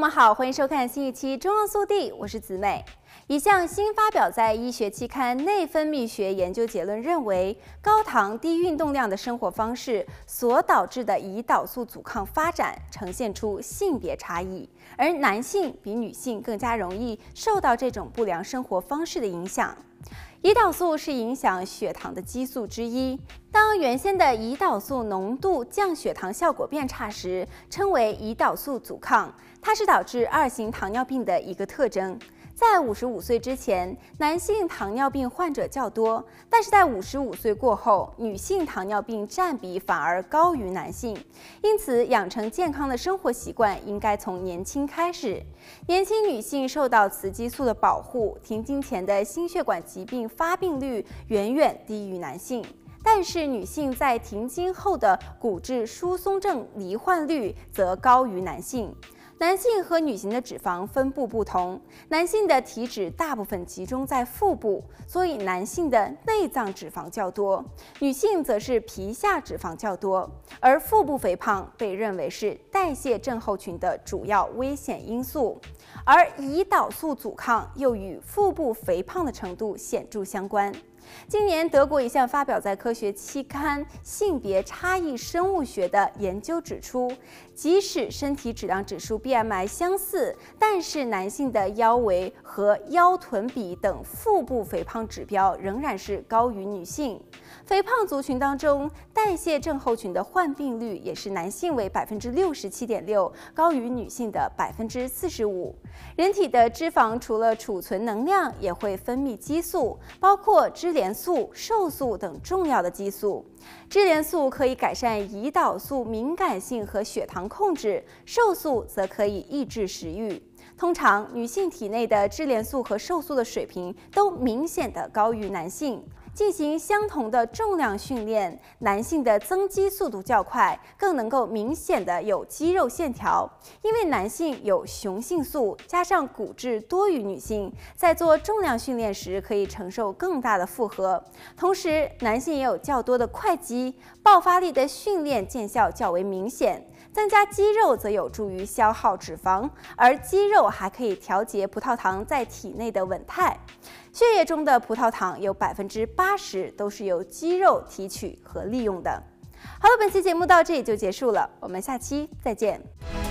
们好，欢迎收看新一期《中央速递》，我是子美。一项新发表在医学期刊《内分泌学》研究结论认为，高糖低运动量的生活方式所导致的胰岛素阻抗发展呈现出性别差异，而男性比女性更加容易受到这种不良生活方式的影响。胰岛素是影响血糖的激素之一。当原先的胰岛素浓度降血糖效果变差时，称为胰岛素阻抗，它是导致2型糖尿病的一个特征。在55岁之前，男性糖尿病患者较多，但是在55岁过后，女性糖尿病占比反而高于男性。因此，养成健康的生活习惯应该从年轻开始。年轻女性受到雌激素的保护，停经前的心血管疾病发病率远远低于男性。但是女性在停经后的骨质疏松症罹患率则高于男性。男性和女性的脂肪分布不同，男性的体脂大部分集中在腹部，所以男性的内脏脂肪较多，女性则是皮下脂肪较多。而腹部肥胖被认为是代谢症候群的主要危险因素，而胰岛素阻抗又与腹部肥胖的程度显著相关。今年，德国一项发表在科学期刊《性别差异生物学》的研究指出，即使身体质量指数 BMI 相似，但是男性的腰围和腰臀比等腹部肥胖指标仍然是高于女性。肥胖族群当中，代谢症候群的患病率也是男性为 67.6%， 高于女性的 45%。人体的脂肪除了储存能量，也会分泌激素，包括脂联素、瘦素等重要的激素。脂联素可以改善胰岛素敏感性和血糖控制，瘦素则可以抑制食欲。通常，女性体内的脂联素和瘦素的水平都明显的高于男性。进行相同的重量训练，男性的增肌速度较快，更能够明显的有肌肉线条。因为男性有雄性素，加上骨质多于女性，在做重量训练时可以承受更大的负荷。同时，男性也有较多的快肌，爆发力的训练见效较为明显。增加肌肉则有助于消耗脂肪，而肌肉还可以调节葡萄糖在体内的稳态。血液中的葡萄糖有 80% 都是由肌肉提取和利用的。好了，本期节目到这里就结束了，我们下期再见。